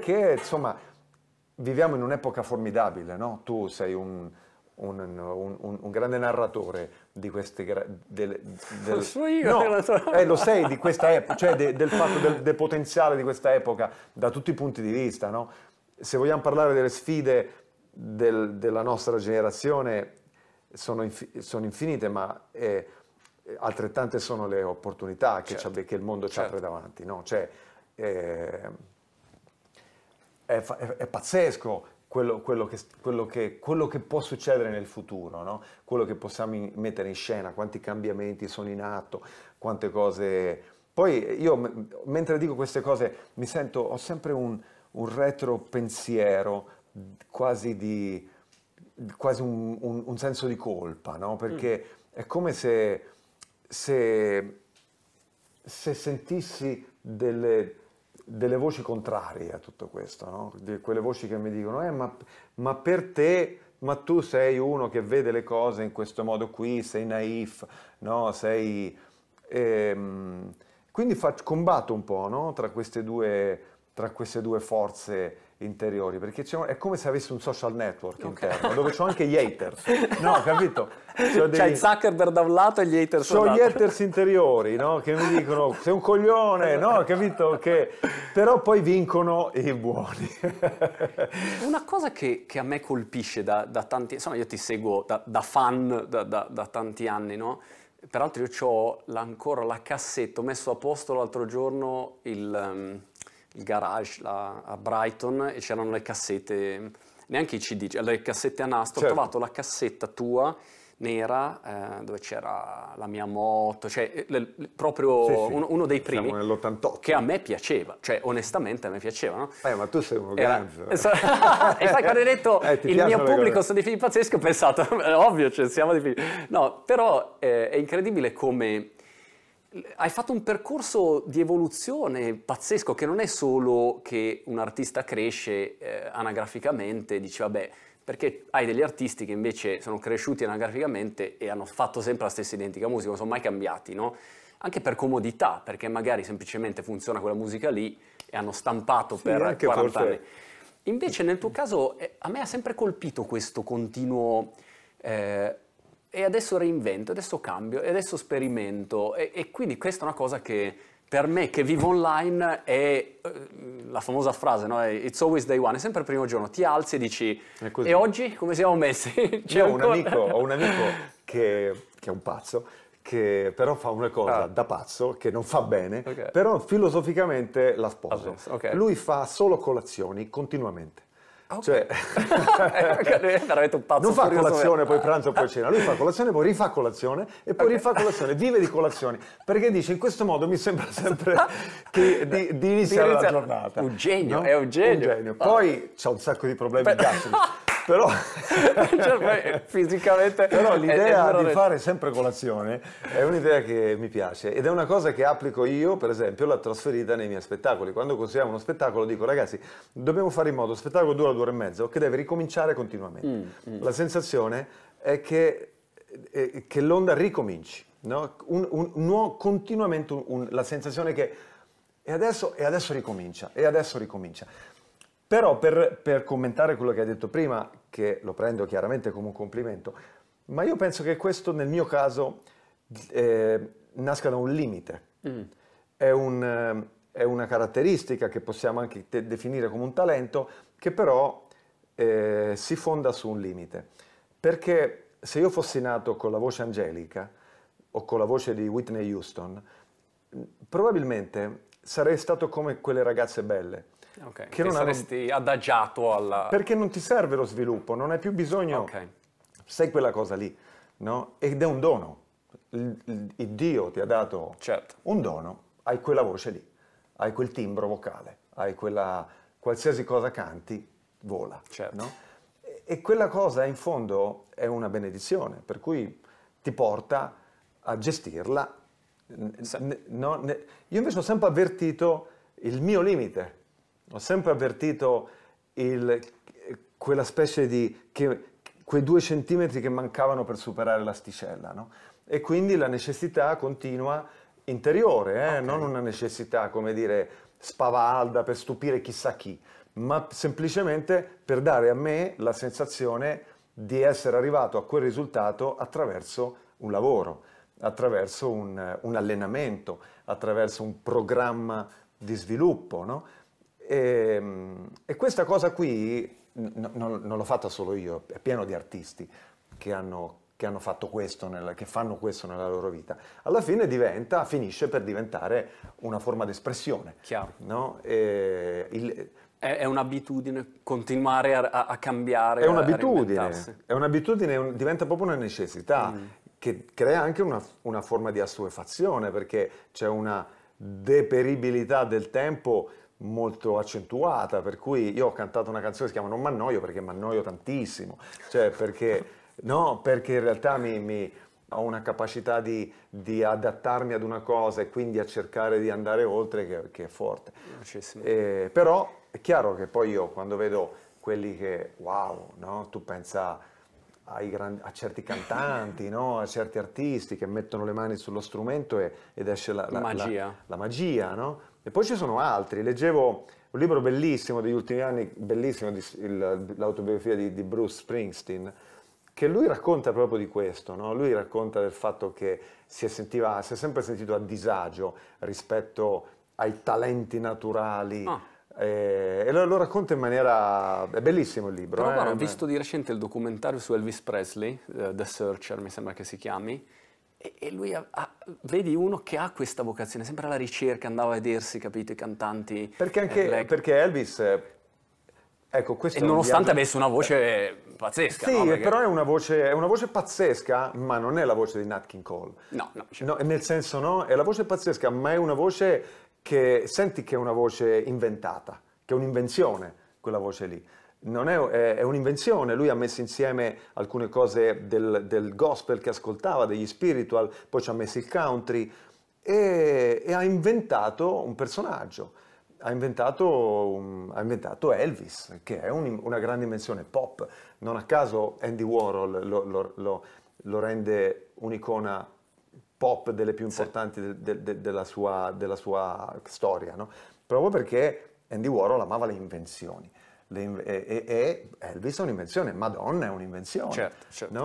perché, insomma, viviamo in un'epoca formidabile, no? Tu sei un grande narratore di queste... Lo so io. No, lo sei di questa epoca, cioè del fatto del potenziale di questa epoca da tutti i punti di vista, no? Se vogliamo parlare delle sfide della nostra generazione, sono infinite, ma altrettante sono le opportunità che, Certo. che il mondo ci apre davanti, no? Cioè, è pazzesco quello che può succedere nel futuro, no? Quello che possiamo mettere in scena, quanti cambiamenti sono in atto, quante cose... Poi io, mentre dico queste cose, ho sempre un retro pensiero, quasi un senso di colpa, no? Perché è come se sentissi delle voci contrarie a tutto questo, no? Quelle voci che mi dicono, ma per te, ma tu sei uno che vede le cose in questo modo qui, sei naif, no? Quindi combatto un po', no? Tra queste due forze interiori, perché è come se avessi un social network interno, dove c'ho anche gli haters, no, capito? C'hai Zuckerberg da un lato e gli haters dall'altro. dall'altro. Gli haters interiori, no? Che mi dicono, sei un coglione, no? Capito? Però poi vincono i buoni. Una cosa che a me colpisce da tanti, insomma io ti seguo da fan da tanti anni, no? Peraltro io ho ancora la cassetta, ho messo a posto l'altro giorno il garage a Brighton e c'erano le cassette, neanche i CD, cioè le cassette a nastro. Certo. Ho trovato la cassetta tua nera dove c'era la mia moto, cioè proprio Sì. uno dei primi. Siamo nell'88. Che a me piaceva, cioè onestamente a me piaceva, no? Ma tu sei uno ganzo. E sai quando hai detto il mio pubblico sono dei figli pazzeschi, ho pensato, ovvio, cioè siamo dei figli. No, però è incredibile come hai fatto un percorso di evoluzione pazzesco, che non è solo che un artista cresce anagraficamente, dici vabbè, perché hai degli artisti che invece sono cresciuti anagraficamente e hanno fatto sempre la stessa identica musica, non sono mai cambiati, no? Anche per comodità, perché magari semplicemente funziona quella musica lì e hanno stampato per 40 anni. Invece nel tuo caso a me ha sempre colpito questo continuo e adesso reinvento, adesso cambio, e adesso sperimento e quindi questa è una cosa che per me che vivo online è la famosa frase, no? It's always day one, è sempre il primo giorno, ti alzi e dici e oggi come siamo messi? Ho un amico che è un pazzo, che però fa una cosa da pazzo, che non fa bene, però filosoficamente la sposo. Lui fa solo colazioni continuamente. Cioè, veramente un pazzo. Non fa colazione, poi pranzo, poi cena. Lui fa colazione, poi rifà colazione e poi rifà colazione, vive di colazioni, perché dice in questo modo mi sembra sempre di iniziare la giornata. Un genio, no? È un genio. Poi c'ha un sacco di problemi gastrici. Però, cioè, fisicamente però l'idea di fare sempre colazione è un'idea che mi piace ed è una cosa che applico io, per esempio, l'ho trasferita nei miei spettacoli. Quando consideriamo uno spettacolo dico ragazzi, dobbiamo fare in modo, lo spettacolo dura 2 ore e mezzo, che deve ricominciare continuamente. La sensazione è che l'onda ricominci, no? Continuamente la sensazione che e adesso ricomincia, e adesso ricomincia. Però per commentare quello che hai detto prima, che lo prendo chiaramente come un complimento, ma io penso che questo nel mio caso nasca da un limite. È una caratteristica che possiamo anche definire come un talento, che però si fonda su un limite. Perché se io fossi nato con la voce angelica o con la voce di Whitney Houston, probabilmente sarei stato come quelle ragazze belle. Che non saresti adagiato alla... Perché non ti serve lo sviluppo, non hai più bisogno, sei quella cosa lì, no? Ed è un dono, il Dio ti ha dato un dono, hai quella voce lì, hai quel timbro vocale, hai quella, qualsiasi cosa canti, vola, no? E quella cosa in fondo è una benedizione, per cui ti porta a gestirla. No? Io invece ho sempre avvertito il mio limite. Ho sempre avvertito quella specie di... quei 2 centimetri che mancavano per superare l'asticella, no? E quindi la necessità continua interiore, non una necessità, come dire, spavalda per stupire chissà chi, ma semplicemente per dare a me la sensazione di essere arrivato a quel risultato attraverso un lavoro, attraverso un allenamento, attraverso un programma di sviluppo, no? E questa cosa qui non l'ho fatta solo io, è pieno di artisti che hanno fatto questo, che fanno questo nella loro vita. Alla fine finisce per diventare una forma di espressione. Chiaro. No? È un'abitudine continuare a cambiare. È un'abitudine, diventa proprio una necessità che crea anche una forma di assuefazione, perché c'è una deperibilità del tempo molto accentuata, per cui io ho cantato una canzone che si chiama Non m'annoio, perché m'annoio tantissimo, cioè perché in realtà ho una capacità di adattarmi ad una cosa e quindi a cercare di andare oltre che è forte. Però è chiaro che poi io quando vedo quelli che, wow, no? Tu pensa a certi cantanti, no? A certi artisti che mettono le mani sullo strumento ed esce la magia, no? E poi ci sono altri. Leggevo un libro bellissimo degli ultimi anni, bellissimo, l'autobiografia di Bruce Springsteen, che lui racconta proprio di questo, no? Lui racconta del fatto che si è sempre sentito a disagio rispetto ai talenti naturali. E lo racconta in maniera... è bellissimo il libro. Però guarda, ho visto di recente il documentario su Elvis Presley, The Searcher mi sembra che si chiami, e lui vedi uno che ha questa vocazione, sempre alla ricerca, andava a vedersi, capito, i cantanti. Perché Elvis... Ecco, questo e nonostante avesse una voce pazzesca. Sì, no? Perché... però è una voce pazzesca, ma non è la voce di Nat King Cole. No, certo. No, nel senso, no, è la voce pazzesca, ma è una voce che senti che è una voce inventata, che è un'invenzione, quella voce lì. Non è un'invenzione, lui ha messo insieme alcune cose del gospel che ascoltava, degli spiritual, poi ci ha messo il country e ha inventato un personaggio. Ha inventato Elvis, che è una grande invenzione pop. Non a caso Andy Warhol lo rende un'icona pop delle più importanti della sua storia, no? Proprio perché Andy Warhol amava le invenzioni. E Elvis è un'invenzione, Madonna è un'invenzione. Certo. No?